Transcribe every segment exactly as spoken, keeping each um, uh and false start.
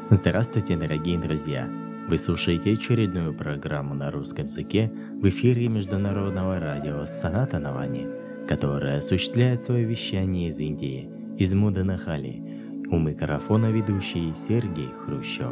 Здравствуйте, дорогие друзья! Вы слушаете очередную программу на русском языке в эфире Международного радио Санатанавани, которое осуществляет свое вещание из Индии, из Муданахали. У микрофона ведущий Сергей Хрущев.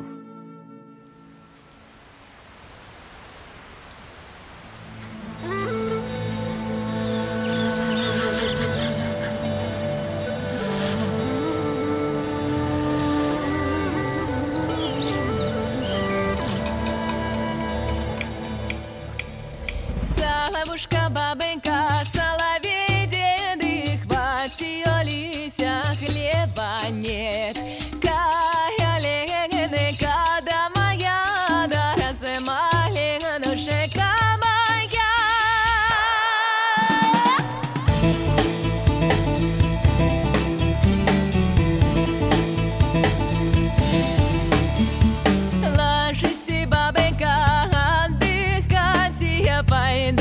Бабушка, бабенька, соловей, деды, хватит ее лися, хлеба нет. Кая легене, когда моя, да разымали, ножека моя. Ложись, бабенька, отдыхать, я пойду.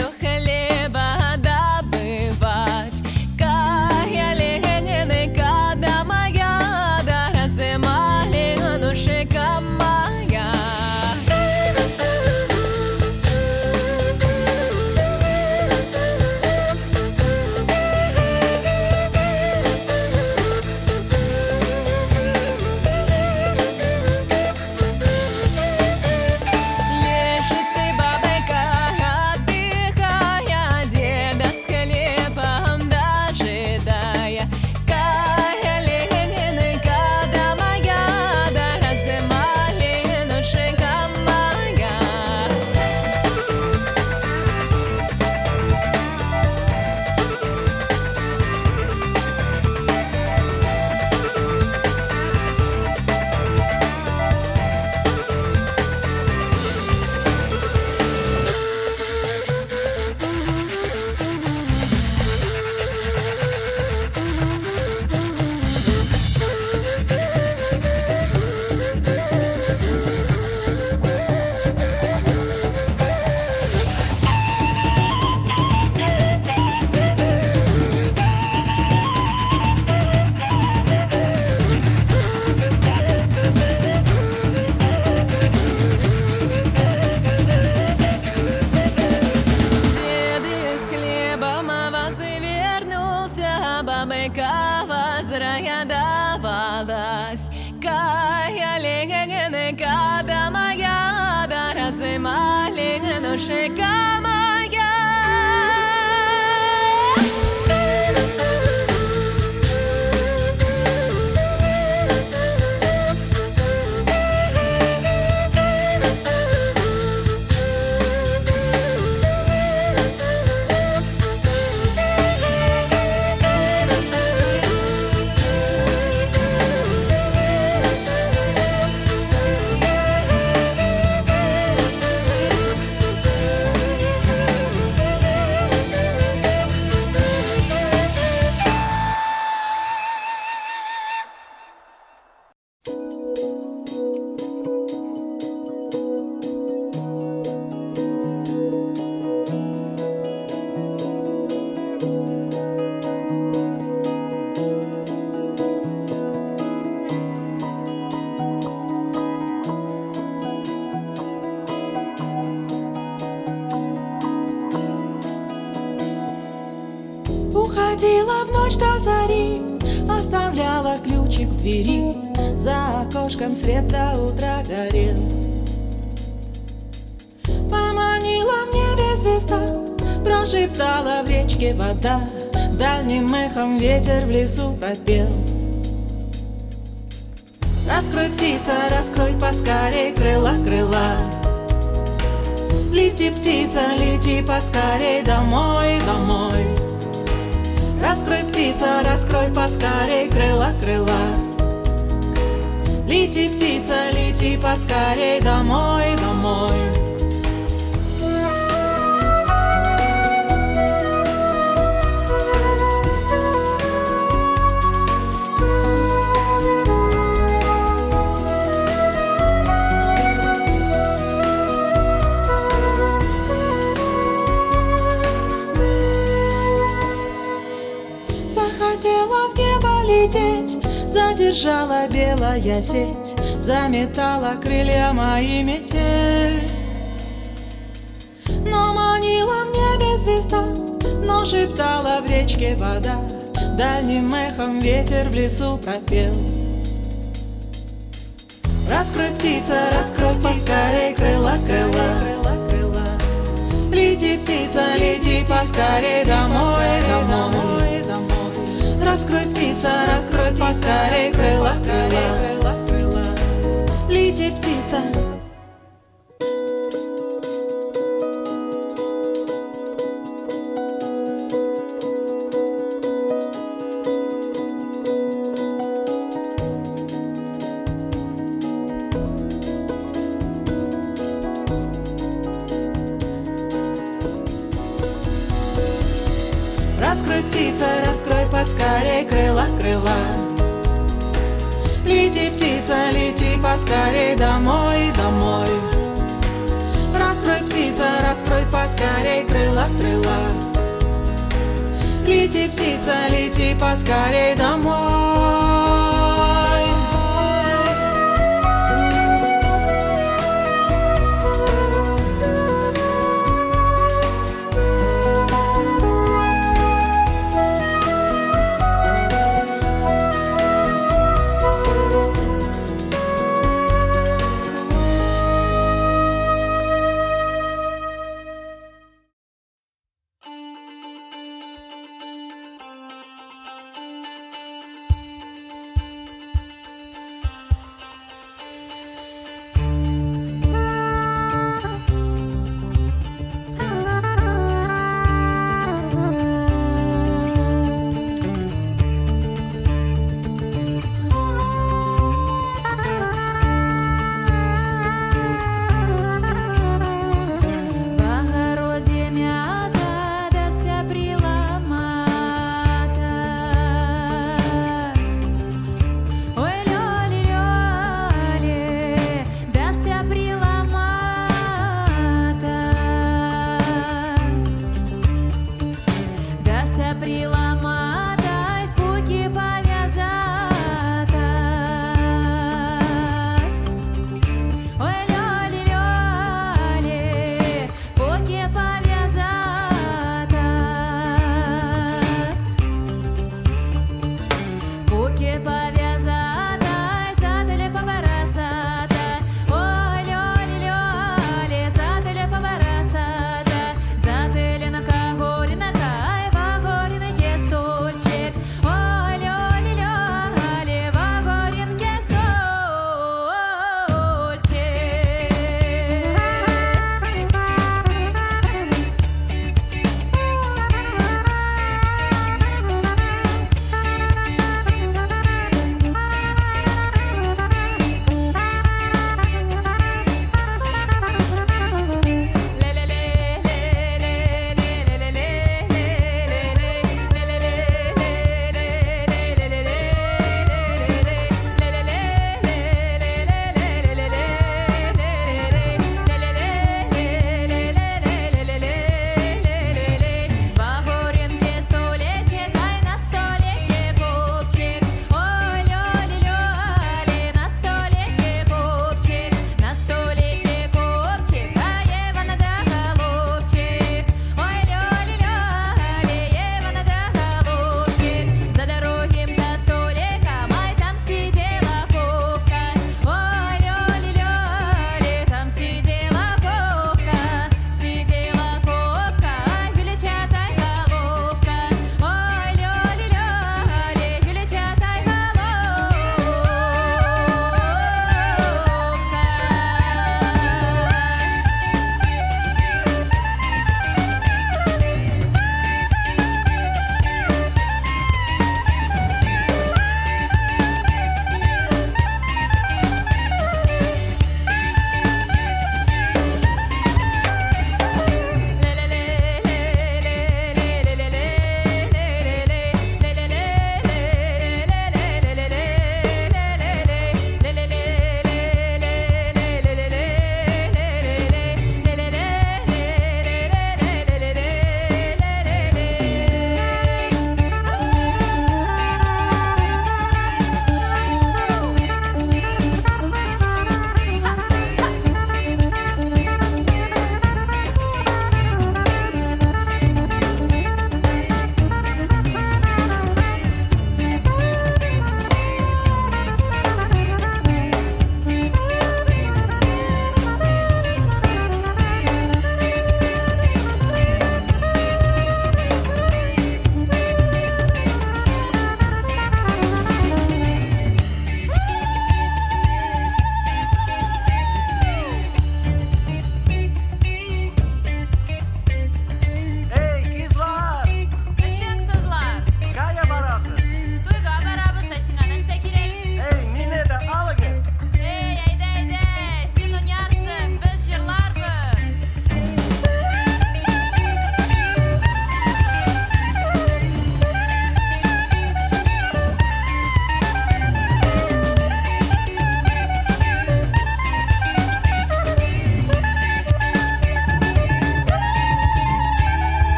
Бабенька возрадовалась, кая легене, когда моя, да разымали, ножека моя. Уходила в ночь до зари, оставляла ключик в двери, за окошком свет до утра горел. Поманила мне без звезда, прошептала в речке вода, дальним эхом ветер в лесу пропел. Раскрой, птица, раскрой поскорей крыла, крыла. Лети, птица, лети поскорей домой, домой. Раскрой, птица, раскрой поскорей крыла, крыла. Лети, птица, лети поскорей домой, домой. Захотела в небо лететь, Задержала белая сеть, заметала крылья мои метель. Но манила в небе звезда, но шептала в речке вода, дальним эхом ветер в лесу пропел. Раскрой, птица, раскрой поскорей крыла, крыла. Лети, птица, лети поскорей домой, домой. Раскрой, птица, раскрой поскорей крыла, крыла. Лети, птица. Раскрой, птица, раскрой поскорей крыла, крыла. Лети, птица, лети поскорей домой, домой. Раскрой, птица, раскрой поскорей крыла, крыла. Лети, птица, лети поскорей домой.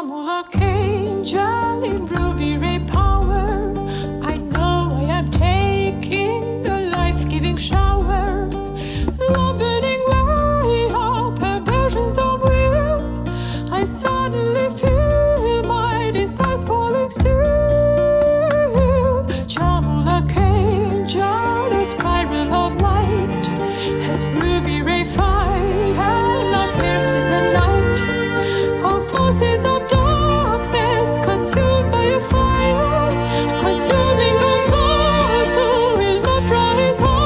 Chamulak angel in ruby ray power. I know I am taking a life-giving shower. Love burning way up, perversions of will. I suddenly feel my desires falling still. Chamulak angel, a spiral of light, has ruby ray fire, love pierces the night. All forces of darkness consumed by a fire, consuming all those who will not rise up.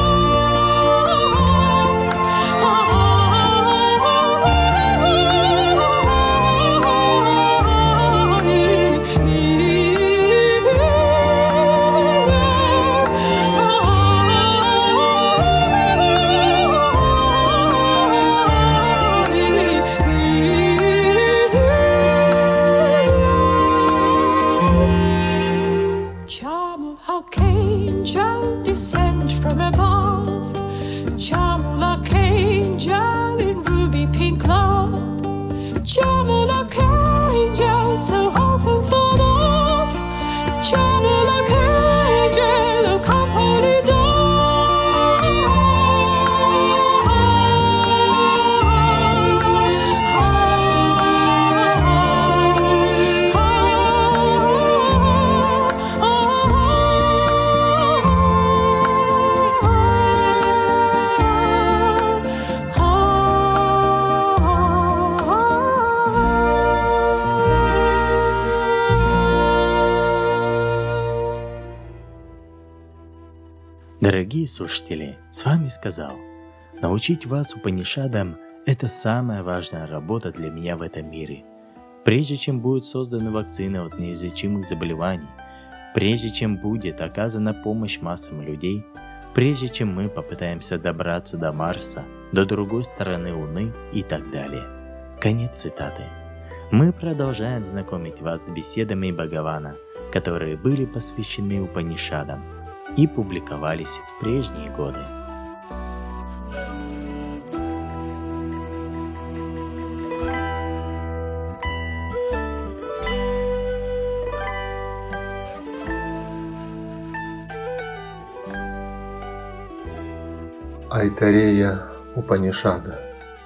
Chamulak angel, descend from above. Chamulak angel in ruby pink love. Chamulak angel, so often thought of. Chamulak angel, oh come holy Дорогие слушатели, с вами сказал, научить вас Упанишадам – это самая важная работа для меня в этом мире. Прежде чем будет создана вакцина от неизлечимых заболеваний, прежде чем будет оказана помощь массам людей, прежде чем мы попытаемся добраться до Марса, до другой стороны Луны и так далее. Конец цитаты. Мы продолжаем знакомить вас с беседами Бхагавана, которые были посвящены Упанишадам и публиковались в прежние годы. Айтарея Упанишада.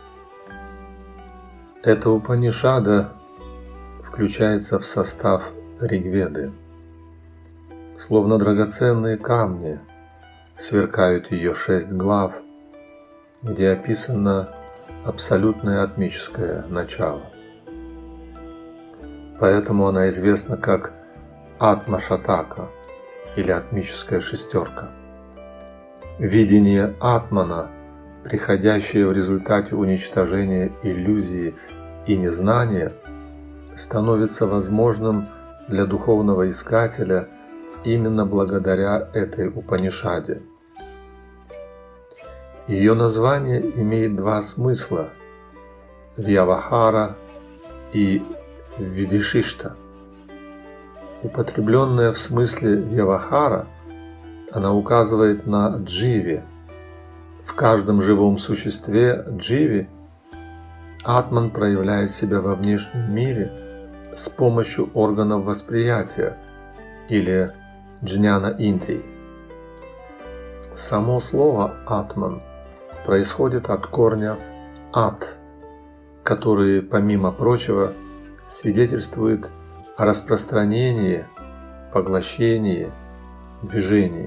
Эта Упанишада включается в состав Ригведы. Словно драгоценные камни сверкают ее шесть глав, где описано абсолютное атмическое начало. Поэтому она известна как Атма-шатака или атмическая шестерка. Видение Атмана, приходящее в результате уничтожения иллюзии и незнания, становится возможным для духовного искателя именно благодаря этой Упанишаде. Ее название имеет два смысла – Вьявахара и Видишишта. Употребленная в смысле Вьявахара, она указывает на дживе. В каждом живом существе дживе Атман проявляет себя во внешнем мире с помощью органов восприятия или джняна индрий. Само слово «атман» происходит от корня «ат», который, помимо прочего, свидетельствует о распространении, поглощении, движении.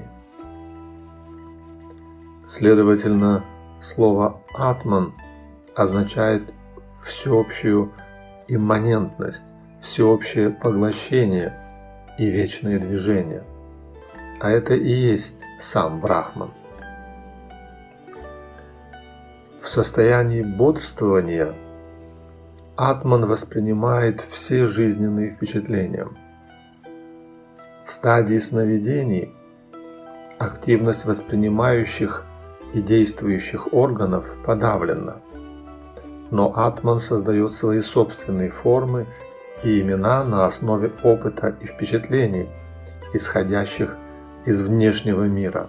Следовательно, слово «атман» означает всеобщую имманентность, всеобщее поглощение и вечное движение. А это и есть сам Брахман. В состоянии бодрствования Атман воспринимает все жизненные впечатления. В стадии сновидений активность воспринимающих и действующих органов подавлена, но Атман создает свои собственные формы и имена на основе опыта и впечатлений, исходящих из внешнего мира.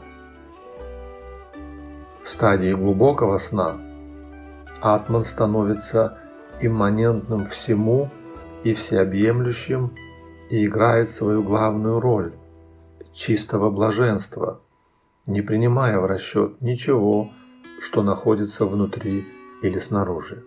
В стадии глубокого сна Атман становится имманентным всему и всеобъемлющим и играет свою главную роль чистого блаженства, не принимая в расчет ничего, что находится внутри или снаружи.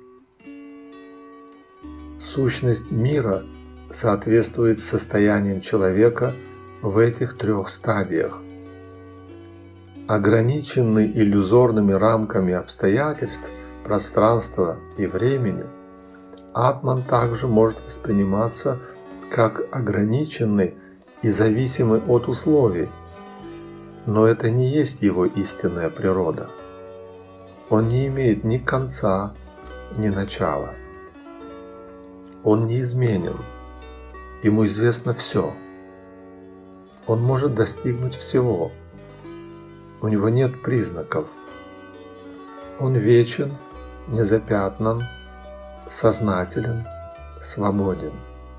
Сущность мира соответствует состояниям человека в этих трех стадиях. Ограниченный иллюзорными рамками обстоятельств, пространства и времени, атман также может восприниматься как ограниченный и зависимый от условий, но это не есть его истинная природа. Он не имеет ни конца, ни начала. Он неизменен, ему известно все. Он может достигнуть всего. У него нет признаков. Он вечен, незапятнан, сознателен, свободен.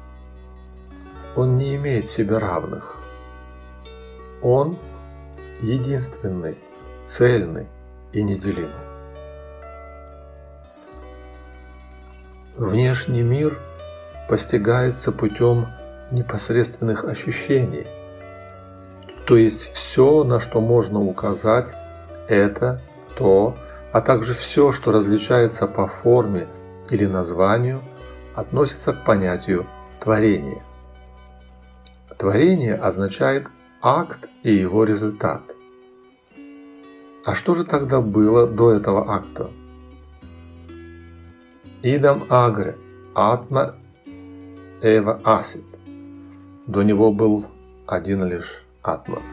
Он не имеет себе равных. Он единственный, цельный и неделимый. Внешний мир постигается путем непосредственных ощущений. То есть все, на что можно указать, это, то, а также все, что различается по форме или названию, относится к понятию творения. Творение означает акт и его результат. А что же тогда было до этого акта? Идам агре, атма эва асит. До него был один лишь атман.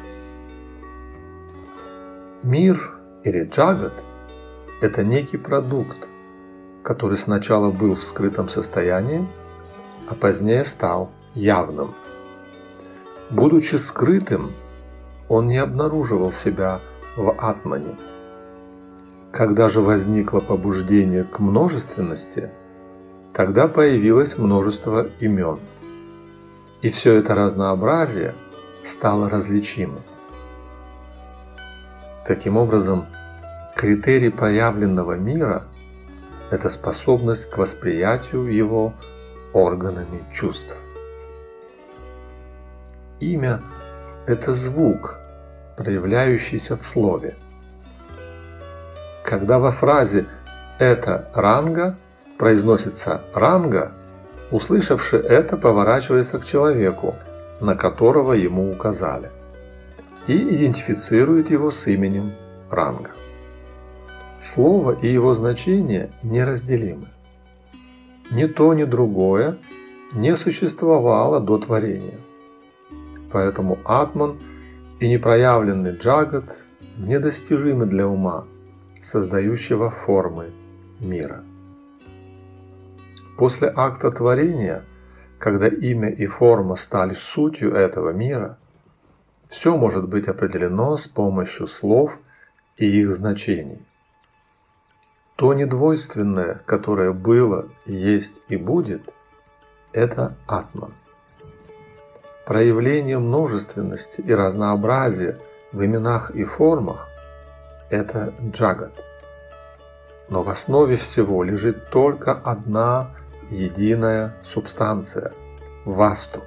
Мир или джагат – это некий продукт, который сначала был в скрытом состоянии, а позднее стал явным. Будучи скрытым, он не обнаруживал себя в атмане. Когда же возникло побуждение к множественности, тогда появилось множество имен. И все это разнообразие стало различимым. Таким образом, критерий проявленного мира – это способность к восприятию его органами чувств. Имя – это звук, проявляющийся в слове. Когда во фразе «это ранга» произносится «ранга», услышавший это поворачивается к человеку, на которого ему указали, и идентифицирует его с именем ранга. Слово и его значение неразделимы. Ни то, ни другое не существовало до творения. Поэтому атман и непроявленный джагат недостижимы для ума, создающего формы мира. После акта творения, когда имя и форма стали сутью этого мира, все может быть определено с помощью слов и их значений. То недвойственное, которое было, есть и будет, это атман. Проявление множественности и разнообразия в именах и формах – это джагат. Но в основе всего лежит только одна единая субстанция – васту.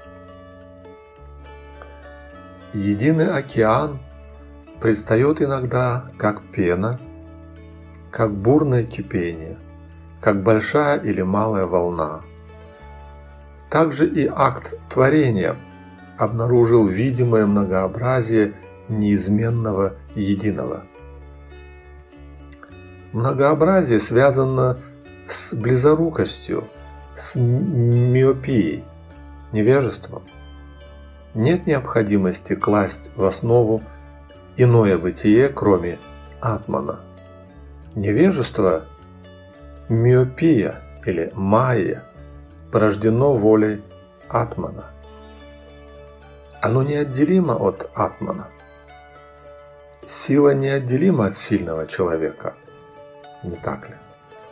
Единый океан предстает иногда как пена, как бурное кипение, как большая или малая волна. Также и акт творения обнаружил видимое многообразие неизменного единого. Многообразие связано с близорукостью, с миопией, невежеством. Нет необходимости класть в основу иное бытие, кроме атмана. Невежество, миопия или майя, порождено волей атмана. Оно неотделимо от атмана. Сила неотделима от сильного человека, не так ли?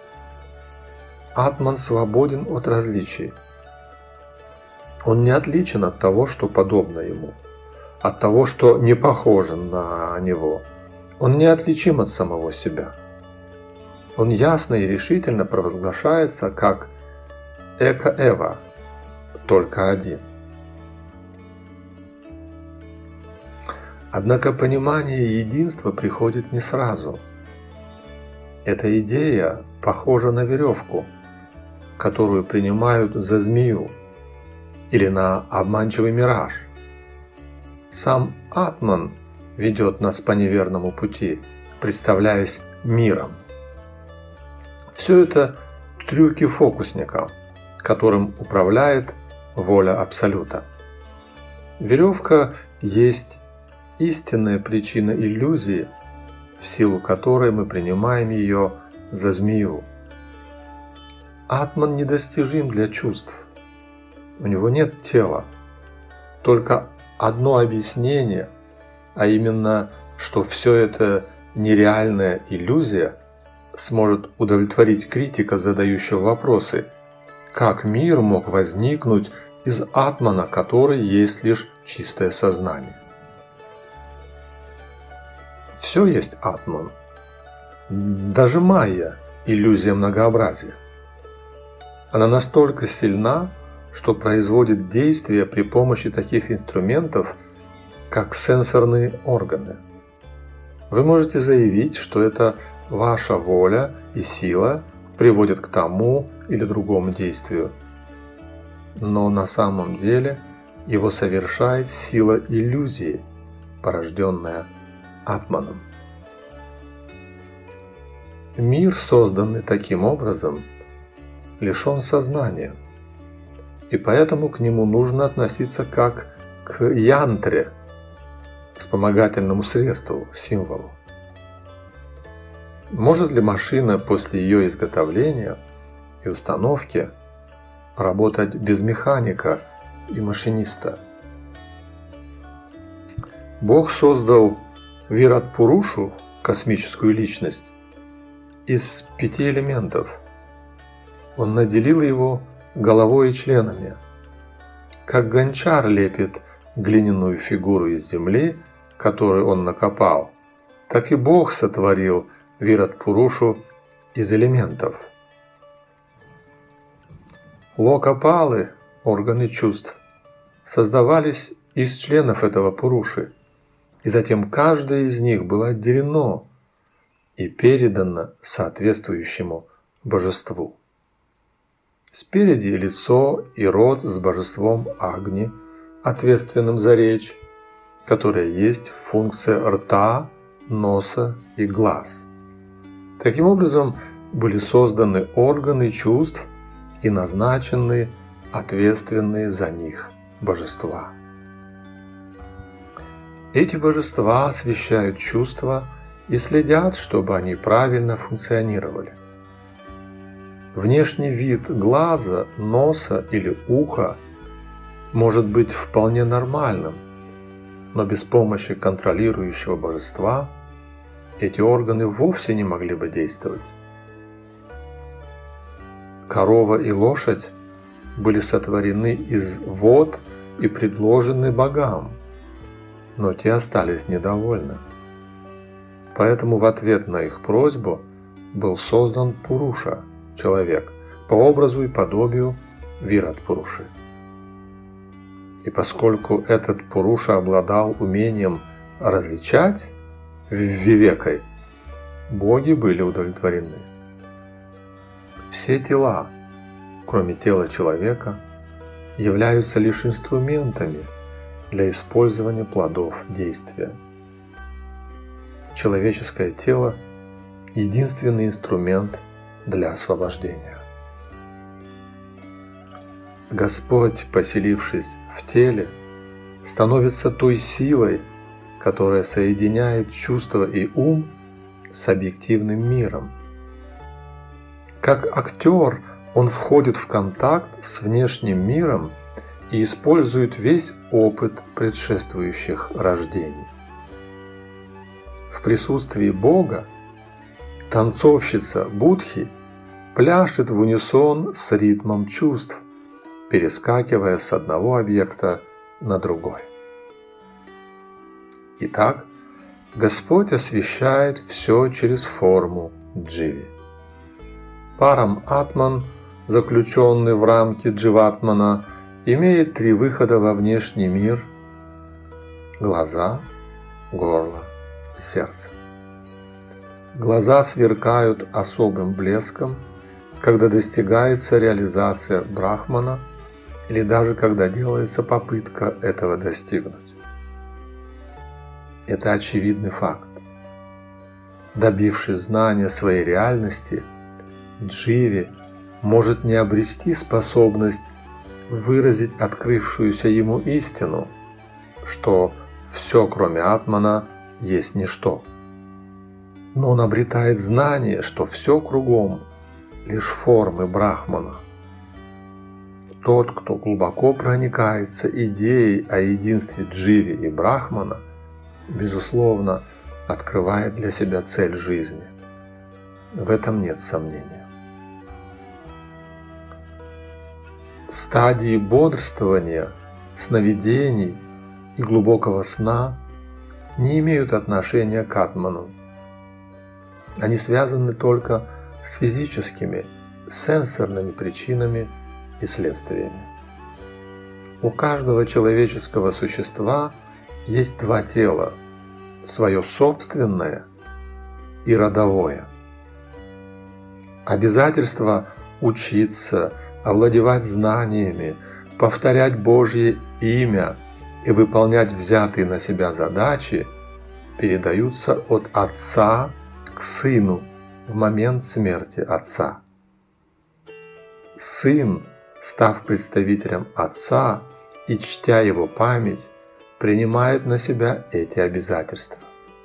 Атман свободен от различий. Он не отличен от того, что подобно ему, от того, что не похоже на него. Он неотличим от самого себя. Он ясно и решительно провозглашается как Эка-Эва, только один. Однако понимание единства приходит не сразу. Эта идея похожа на веревку, которую принимают за змею, или на обманчивый мираж. Сам Атман ведет нас по неверному пути, представляясь миром. Все это трюки фокусника, которым управляет воля Абсолюта. Веревка есть истинная причина иллюзии, в силу которой мы принимаем ее за змею. Атман недостижим для чувств. У него нет тела. Только одно объяснение, а именно, что все это нереальная иллюзия, сможет удовлетворить критика, задающего вопросы, как мир мог возникнуть из Атмана, который есть лишь чистое сознание. Все есть Атман. Даже майя – иллюзия многообразия. Она настолько сильна, что производит действия при помощи таких инструментов, как сенсорные органы. Вы можете заявить, что это ваша воля и сила приводят к тому или другому действию. Но на самом деле его совершает сила иллюзии, порожденная Атманом. Мир, созданный таким образом, лишен сознания, и поэтому к нему нужно относиться как к янтре, вспомогательному средству, символу. Может ли машина после ее изготовления и установки работать без механика и машиниста? Бог создал Вират-Пурушу, космическую личность, из пяти элементов. Он наделил его головой и членами. Как гончар лепит глиняную фигуру из земли, которую он накопал, так и Бог сотворил Вират-Пурушу из элементов. Локапалы, органы чувств, создавались из членов этого Пуруши, и затем каждое из них было отделено и передано соответствующему божеству. Спереди лицо и рот с божеством Агни, ответственным за речь, которая есть функция рта, носа и глаз. Таким образом, были созданы органы чувств и назначены ответственные за них божества. Эти божества освещают чувства и следят, чтобы они правильно функционировали. Внешний вид глаза, носа или уха может быть вполне нормальным, но без помощи контролирующего божества эти органы вовсе не могли бы действовать. Корова и лошадь были сотворены из вод и предложены богам, но те остались недовольны. Поэтому в ответ на их просьбу был создан Пуруша, человек, по образу и подобию Вират-Пуруши. И поскольку этот Пуруша обладал умением различать вивекой, боги были удовлетворены. Все тела, кроме тела человека, являются лишь инструментами для использования плодов действия. Человеческое тело – единственный инструмент для освобождения. Господь, поселившись в теле, становится той силой, которая соединяет чувство и ум с объективным миром. Как актер, он входит в контакт с внешним миром и использует весь опыт предшествующих рождений. В присутствии Бога танцовщица Будхи пляшет в унисон с ритмом чувств, перескакивая с одного объекта на другой. Итак, Господь освещает все через форму дживи. Парам Атман, заключенный в рамки дживатмана, имеет три выхода во внешний мир: глаза, горло и сердце. Глаза сверкают особым блеском, когда достигается реализация брахмана или даже когда делается попытка этого достигнуть. Это очевидный факт. Добившись знания своей реальности, дживе может не обрести способность выразить открывшуюся ему истину, что все, кроме атмана, есть ничто. Но он обретает знание, что все кругом лишь формы брахмана. Тот, кто глубоко проникается идеей о единстве дживе и брахмана, безусловно, открывает для себя цель жизни. В этом нет сомнения. Стадии бодрствования, сновидений и глубокого сна не имеют отношения к атману. Они связаны только с физическими, сенсорными причинами и следствиями. У каждого человеческого существа есть два тела: свое собственное и родовое. Обязательство учиться, овладевать знаниями, повторять Божье имя и выполнять взятые на себя задачи передаются от отца к сыну в момент смерти отца. Сын, став представителем отца и чтя его память, принимает на себя эти обязательства.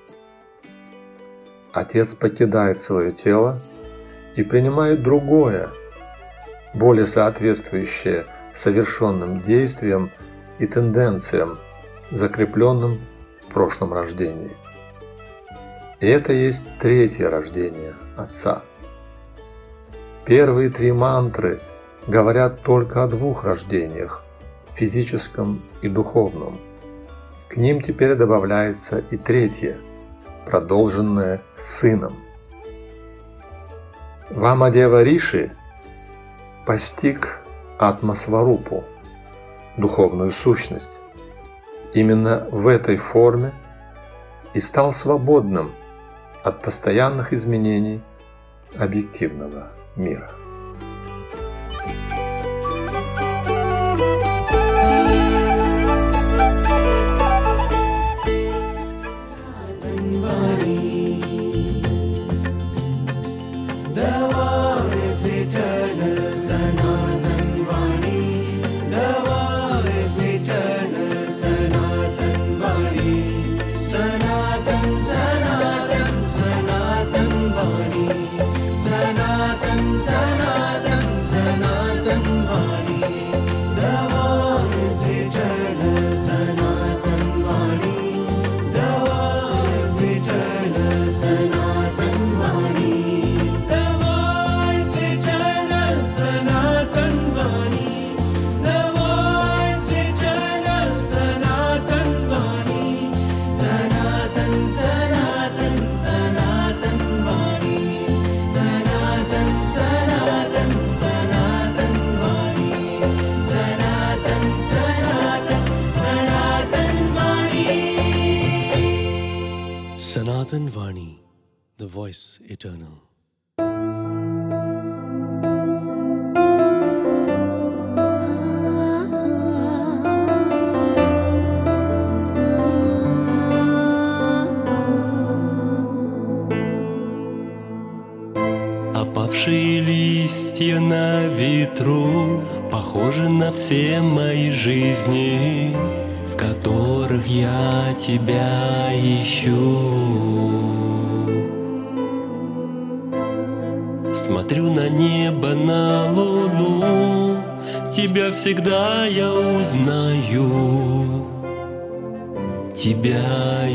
Отец покидает свое тело и принимает другое, более соответствующее совершенным действиям и тенденциям, закрепленным в прошлом рождении. И это есть третье рождение Отца. Первые три мантры говорят только о двух рождениях – физическом и духовном. К ним теперь добавляется и третье, продолженное сыном. Вамадева Риши постиг Атма-сварупу, духовную сущность, именно в этой форме и стал свободным от постоянных изменений объективного мира. Sanatan Vani, the voice eternal. Опавшие листья на ветру похожи на все мои жизни, в которых я тебя ищу. Смотрю на небо, на луну, тебя всегда я узнаю, тебя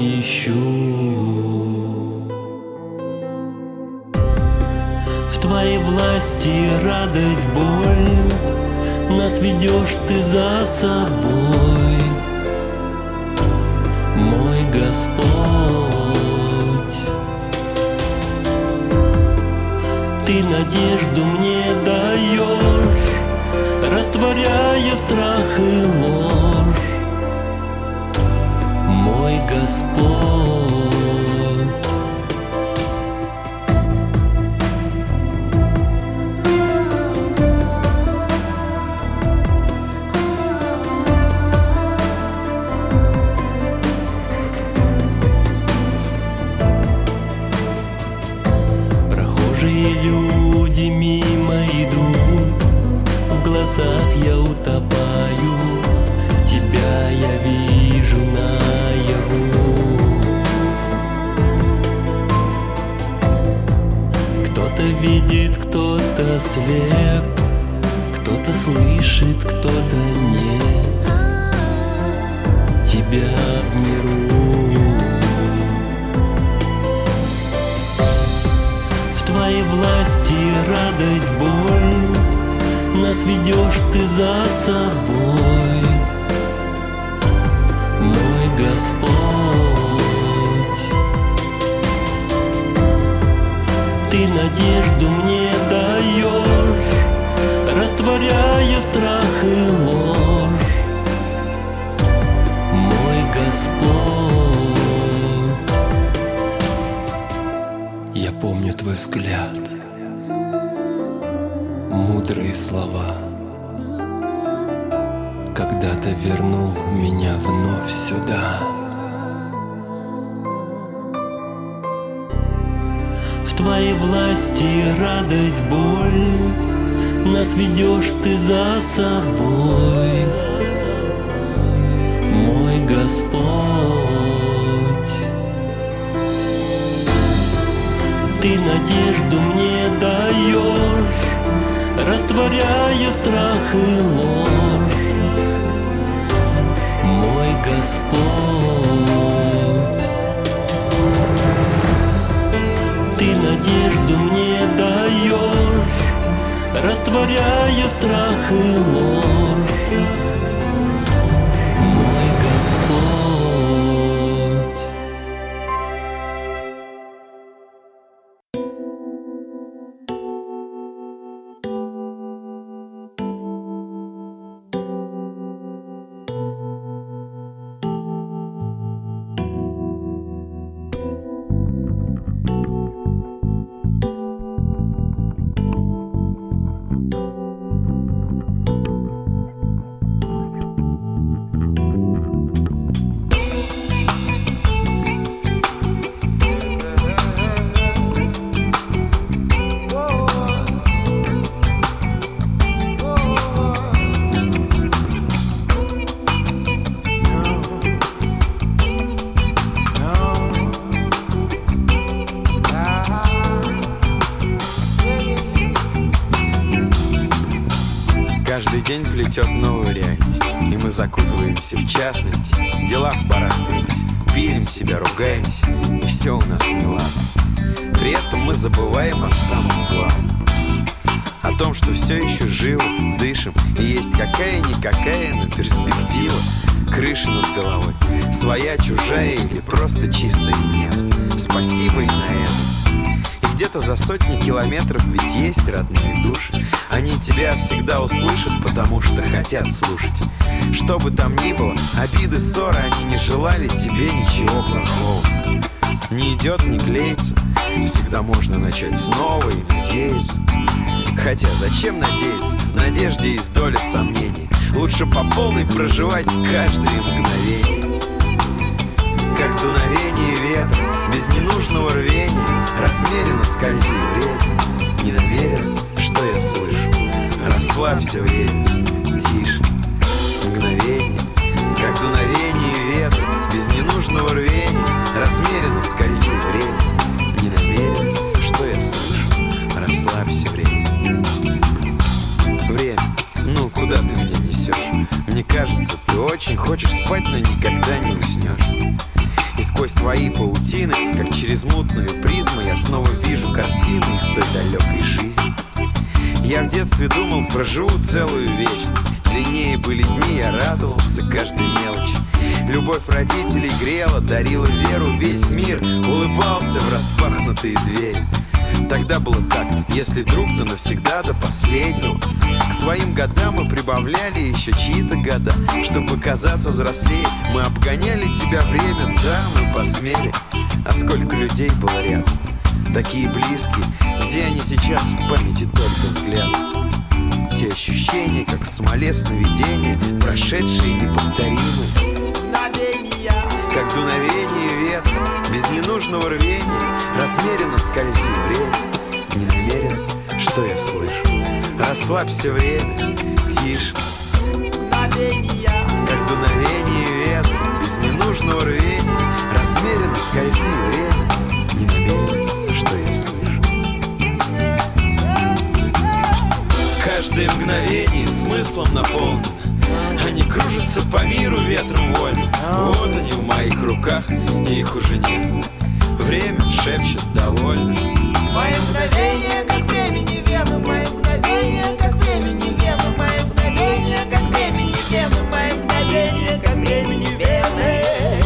ищу. В твоей власти радость, боль, нас ведешь ты за собой, мой Господь. Ты надежду мне даешь, растворяя страх и ложь, мой Господь. Прохожие люди мимо идут, в глазах я утопаю, тебя я вижу наяву. Кто-то видит, кто-то слеп, кто-то слышит, кто-то нет тебя в миру. В твоей власти радость, боль, нас ведешь ты за собой, мой Господь. Ты надежду мне даешь, растворяя страх и ложь, мой Господь. Я помню твой взгляд, мудрые слова, когда-то вернул меня вновь сюда. В твоей власти радость, боль, нас ведешь ты за собой, мой Господь. Ты надежду мне даешь, растворяя страх и ложь, мой Господь. Ты надежду мне даешь, растворяя страх и ложь, мой Господь. Каждый день плетет новую реальность, и мы закутываемся в частности, в делах барахтаемся, пилим себя, ругаемся, и все у нас неладно. При этом мы забываем о самом главном, о том, что все еще живы, дышим, и есть какая-никакая, но перспектива, крыша над головой, своя, чужая или просто чистое небо. Спасибо и на это. Где-то за сотни километров ведь есть родные души. Они тебя всегда услышат, потому что хотят слушать. Что бы там ни было, обиды, ссоры, они не желали тебе ничего плохого. Не идет, не клеится, всегда можно начать снова и надеяться. Хотя зачем надеяться? В надежде есть доля сомнений. Лучше по полной проживать каждое мгновение. Как дуновение ветра, без ненужного рвения, размеренно скользи время. Не намерен, что я слышу? Расслабься, время, тише. Мгновение, как дуновение ветра, без ненужного рвения, размеренно скользи время. Не намерен, что я слышу? Расслабься, время. Время, ну куда ты меня несешь? Мне кажется, ты очень хочешь спать, но никогда не уснешь. И сквозь твои паутины, как через мутную призму, я снова вижу картины из той далекой жизни. Я в детстве думал, проживу целую вечность. Длиннее были дни, я радовался каждой мелочи. Любовь родителей грела, дарила веру, весь мир улыбался в распахнутые двери. Тогда было так: если друг, то навсегда до последнего. К своим годам мы прибавляли еще чьи-то года. Чтобы казаться взрослее, мы обгоняли тебя время. Да, мы посмели. А сколько людей было рядом, такие близкие, где они сейчас, в памяти только взгляд. Те ощущения, как в смоле сновидения, прошедшие неповторимые, как дуновение ветра, без ненужного рвения. Размеренно скользи время, не намерен, что я слышу. Расслабься, время, тише, как дуновение ветра, без ненужного рвения. Размеренно скользи время, не намерен, что я слышу. Каждое мгновение смыслом наполнено. Они кружатся по миру ветром вольно. Вот они в моих руках, и их уже нет. Время шепчет довольно. Мои мгновения, как времени вены, мои мгновения, как времени вены, мои мгновения, как времени вены, мои мгновения, как времени вены.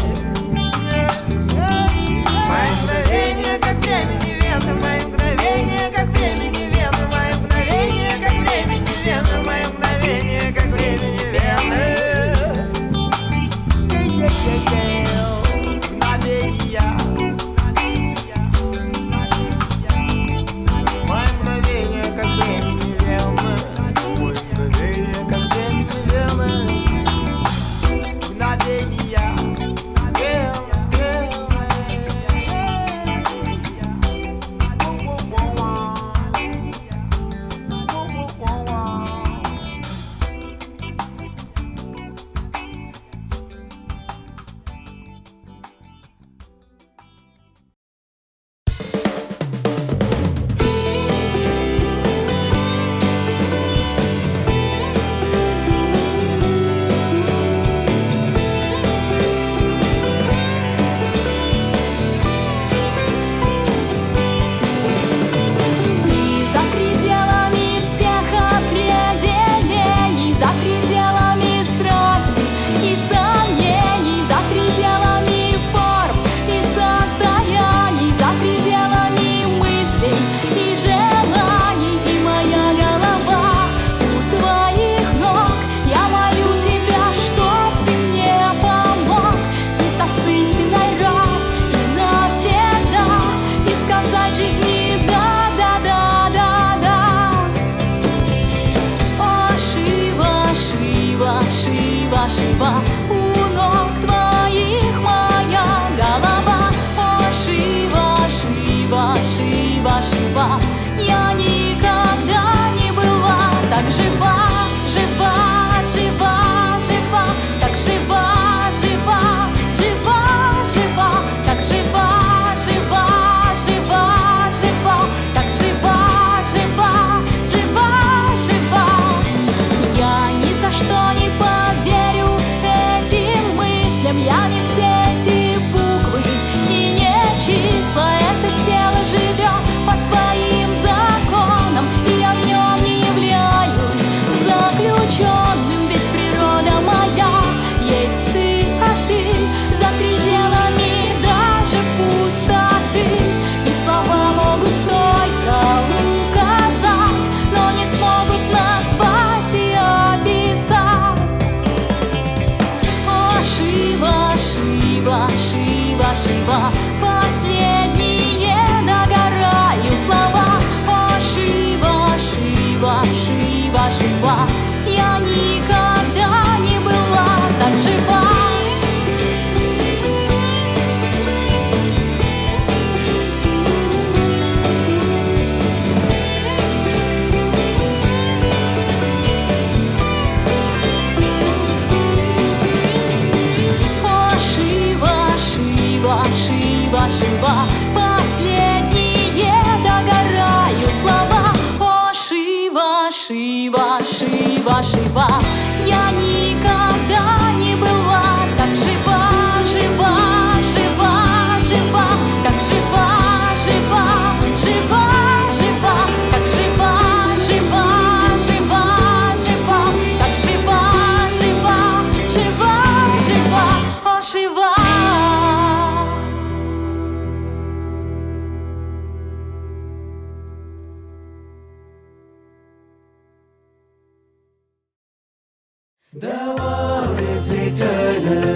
Мои мгновения, как времени вены, мои мгновения, как времени вены, мои мгновения, как времени вены, мои мгновения, как времени вены. Шива, у ног твоих моя голова. О, Шива, Шива, Шива, Шива, я никогда не была так жива, жива, жива, жива, так жива, жива, жива, жива, так жива, жива, жива, жива, так жива, жива, жива, жива. Я ни за что не поверю этим мыслям, я не все эти буквы и не числа. Это тело живет по своим законам, и я в нем не являюсь заключенным. Ведь природа моя есть ты, а ты за пределами даже пустоты. И слова могут только указать, но не смогут назвать и описать. О, Шива, Шива, Шива, Шива, последние догорают слова. О, Шива, Шива, Шива, Шива, я никогда не была так жива. О, Шива, Шива, Шива, Шива, последние догорают слова. О, Шива, Шива, Шива, Шива, я никогда не была так жива, жива, жива, жива, так жива, жива, жива, жива, так жива, жива, жива, жива, так жива, жива, жива, жива, о, жива.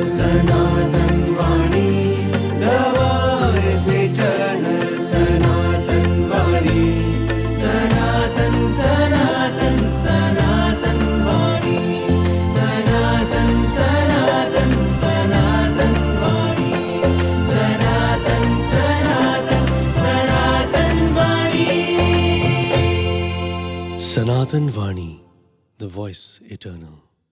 Sanatan Vani, the voice eternal. Sanatan Vani, Sanatan, Sanatan, Sanatan Vani, Sanatan, Sanatan, Sanatan Vani, Sanatan, Sanatan, Sanatan Vani. Sanatan Vani, the voice eternal.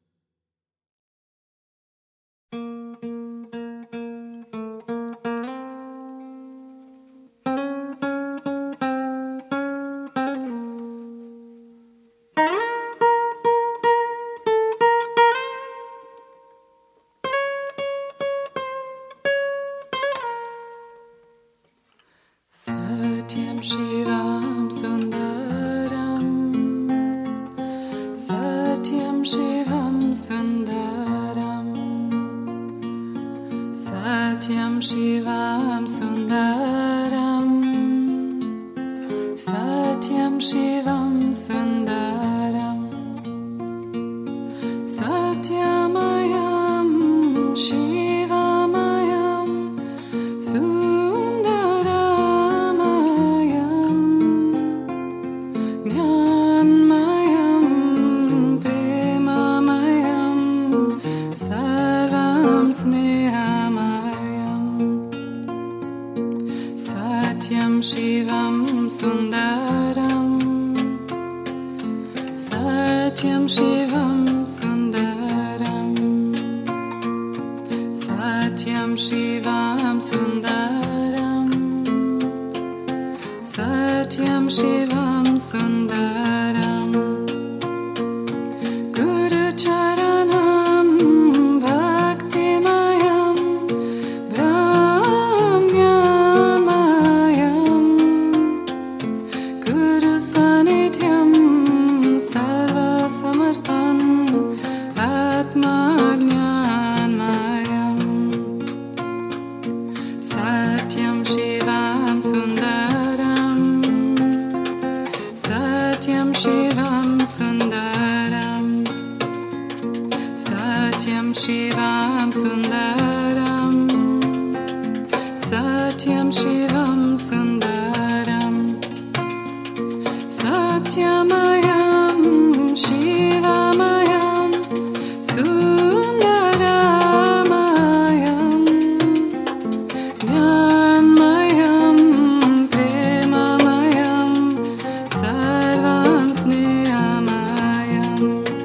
Satyam Shivam Sundaram, Satyam Shivam Sundaram, Satyam Shivam Sundaram, Satyam Shivam Sundaram, Satyamayam Shivamayam Sundaram. Jnanmayam, Premamayam, Sarvam Snehamayam, Satyam Shivam Sundaram, Satyam Shivam Sundaram, Satyam Shivam Sundaram, Satyam Shivam Sundaram, Guru Charanam Bhaktimayam, Brahmyamayam, Guru Sanidhyam Sarva Samarpan, Atma Jnanmayam, Satyam Shivam Sundaram, Satyam Shivam Sundaram, Satyam Shivam Sundaram, Satyam Shivam Sundaram, Satyamayam Shivamayam Sundaramayam, Jnanmayam Premamayam Sarvam Snehamayam,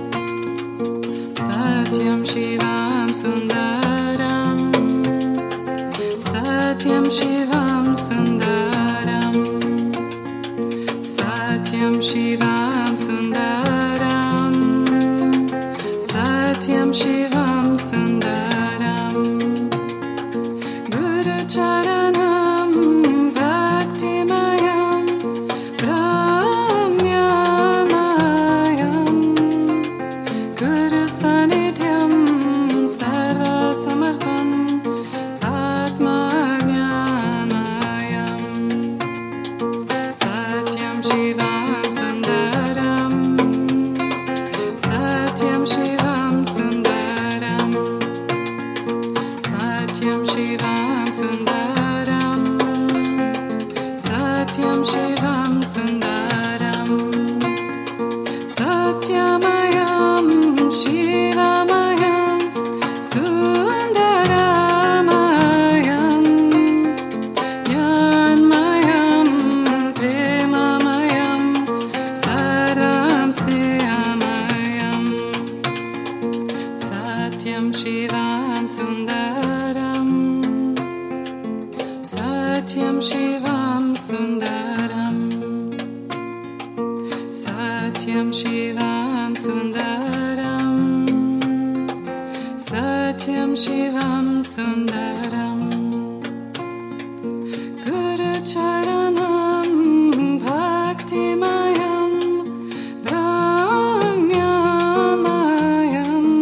Satyam Shivam Sundaram, Satyam Shivam Sundaram, Satyam Shivam Sundaram, Satyam Shivam Sundaram, Guru Charanam Bhaktimayam, Brahmyamayam, Guru Sanidhyam Sarva Samarpan, Atma Jnanmayam, Satyam Shivam Sundaram, Satyam Shivam Sundaram, Satyam Shivam Sundaram, Satyam Shivam Sundaram, Satyamayam Shivamayam Sundaramayam, Jnanmayam Premamayam Sarvam Snehamayam, Satyam Shivam Sundaram, Satyam Shivam Sundaram, Satyam Shivam Sundaram, Satyam Shivam Sundaram, Guru Charanam Bhaktimayam, Brahmyamayam,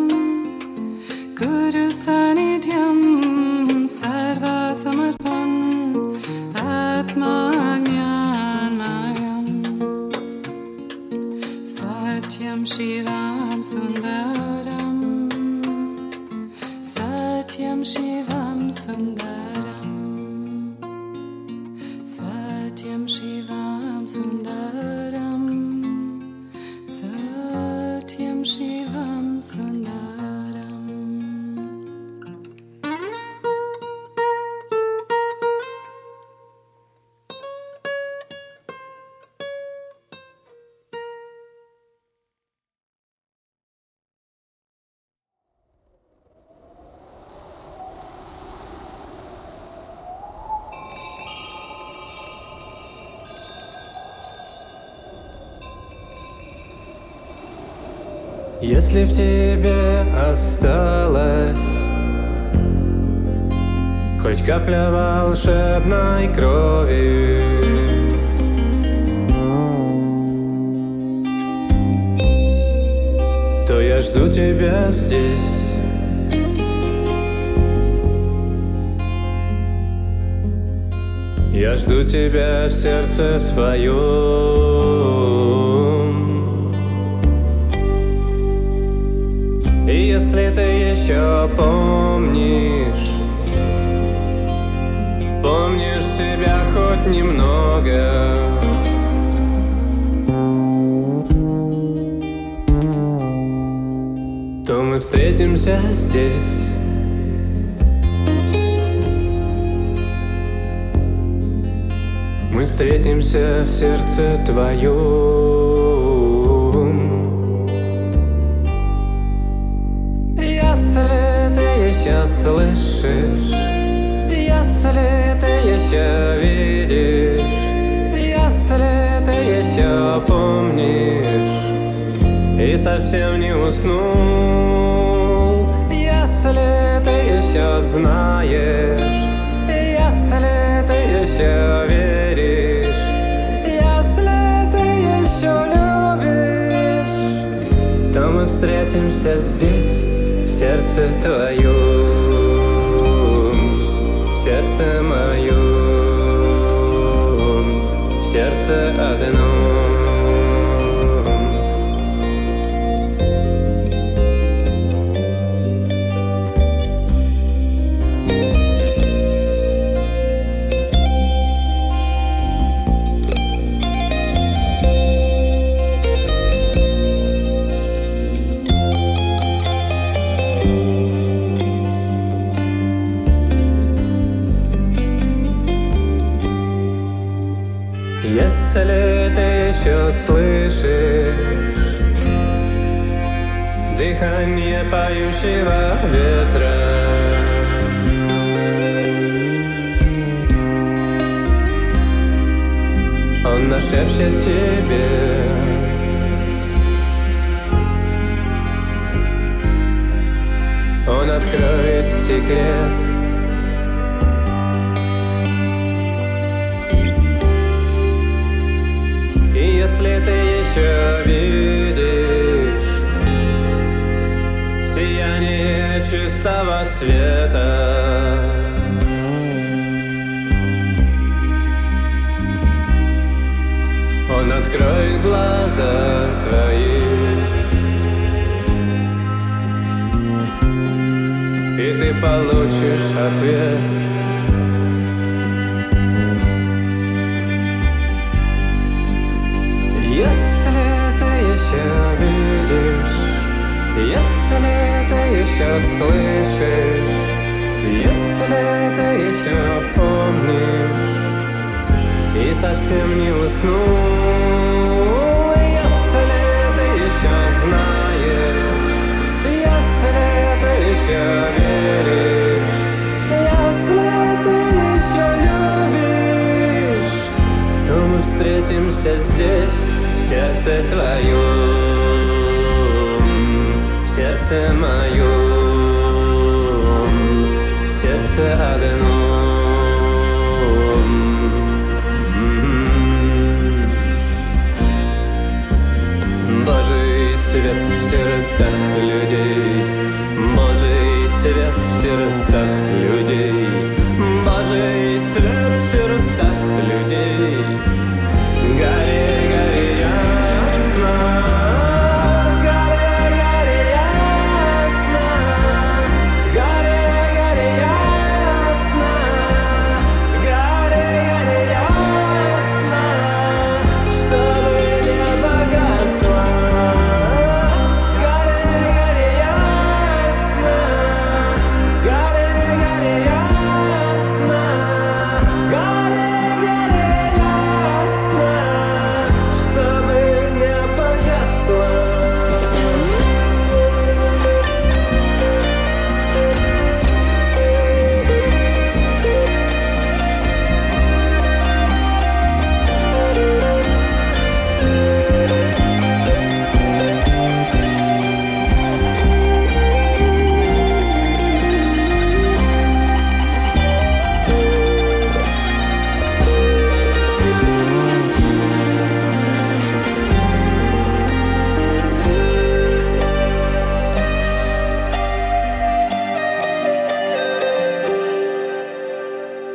Guru Sanidhyam Sarva Samarpan, Atma Jnanmayam, Satyam Shivam Sundaram, Shivam Sundaram Satyam Shivam Sundaram Satyam Shivam Sundaram Если в тебе осталась хоть капля волшебной крови, то я жду тебя здесь. Я жду тебя в сердце своем. И если ты еще помнишь, помнишь себя хоть немного, то мы встретимся здесь. Мы встретимся в сердце твоем. Если ты еще слышишь, если ты еще видишь, если ты еще помнишь и совсем не уснул, если ты еще знаешь, если ты еще веришь, если ты еще любишь, то мы встретимся здесь. В сердце твоем, в сердце моем, в сердце одном. Если ты еще слышишь дыхание поющего ветра, он нашепчет тебе, он откроет секрет. Если ты еще видишь сияние чистого света, он откроет глаза твои, и ты получишь ответ. Если ты еще видишь, если ты еще слышишь, если ты еще помнишь и совсем не уснул, если ты еще знаешь, если ты еще веришь, если ты еще любишь, то мы встретимся здесь. В сердце твоем, в сердце моем, в сердце одном. Божий свет в сердцах людей, Божий свет в сердцах людей, Божий свет в сердцах людей. Гори, гори ясно, гори, гори ясно, гори, гори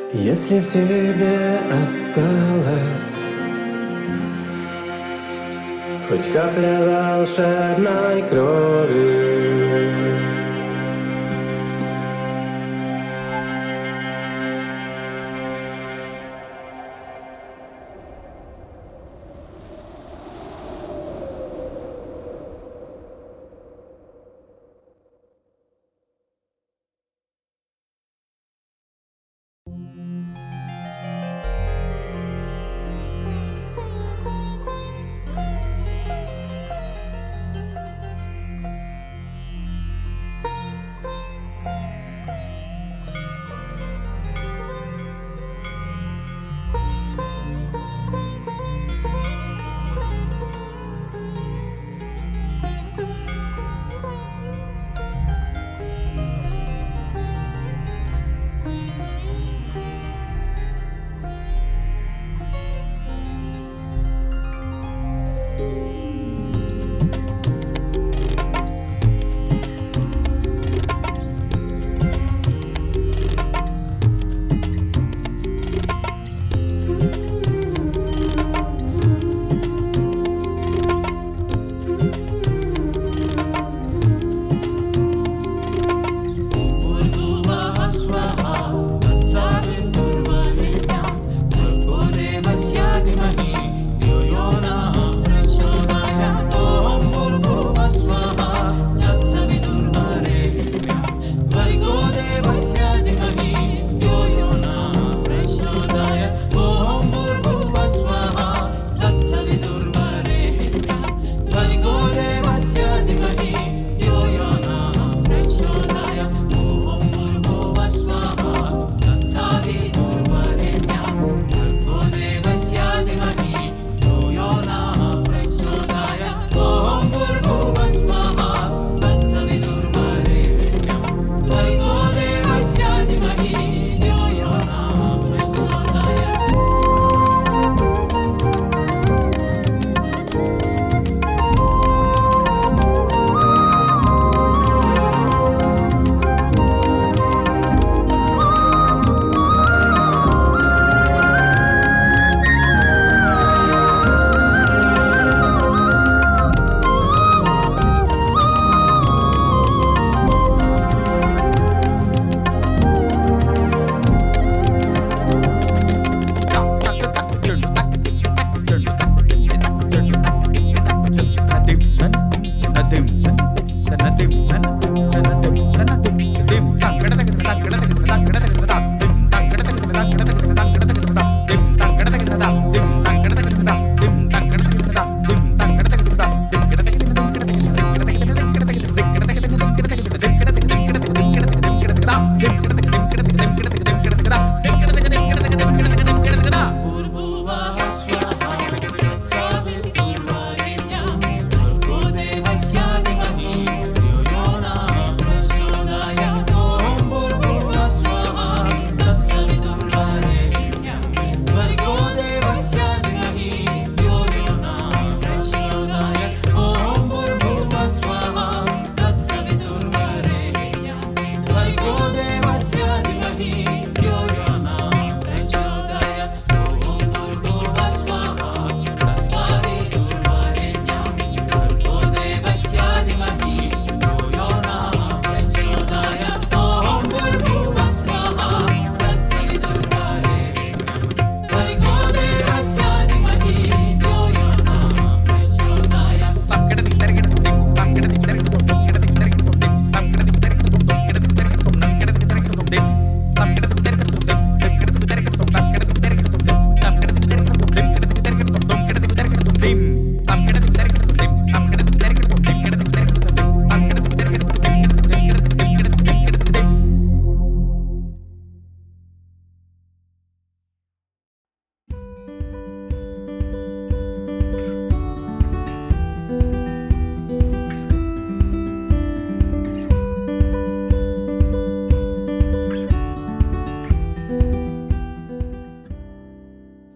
Если в тебе осталось хоть капля волшебной крови,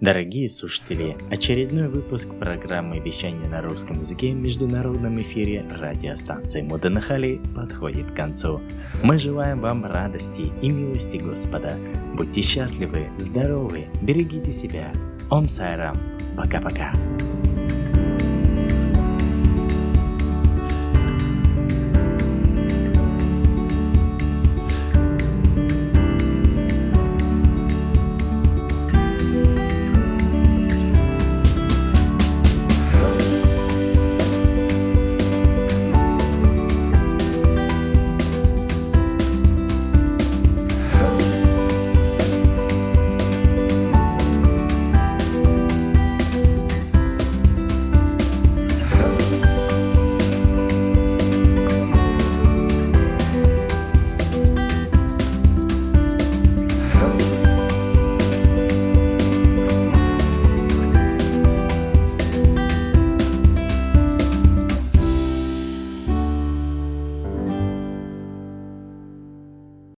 Дорогие слушатели, очередной выпуск программы вещания на русском языке в международном эфире радиостанции Муденахали подходит к концу. Мы желаем вам радости и милости Господа. Будьте счастливы, здоровы, берегите себя. Ом Сайрам. Пока-пока.